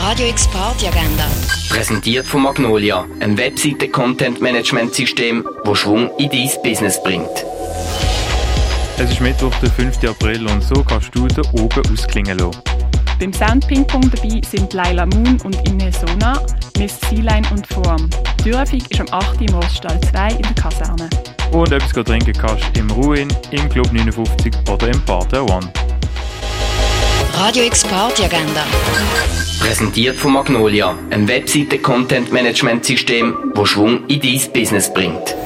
Radio X Party Agenda. Präsentiert von Magnolia, einem Webseiten-Content-Management-System, das Schwung in dein Business bringt. Es ist Mittwoch, der 5. April und so kannst du den oben ausklingen lassen. Beim Sound-Ping-Pong dabei sind Laila Moon und Ines Sona, Miss Sealine und Form. Die Türöffnung ist am 8. im Oststall 2 in der Kaserne. Und etwas trinken kannst du im Ruin, im Club 59 oder im Bar der One. Radio X Party Agenda. Präsentiert von Magnolia, einem Webseiten-Content-Management-System, das Schwung in dein Business bringt.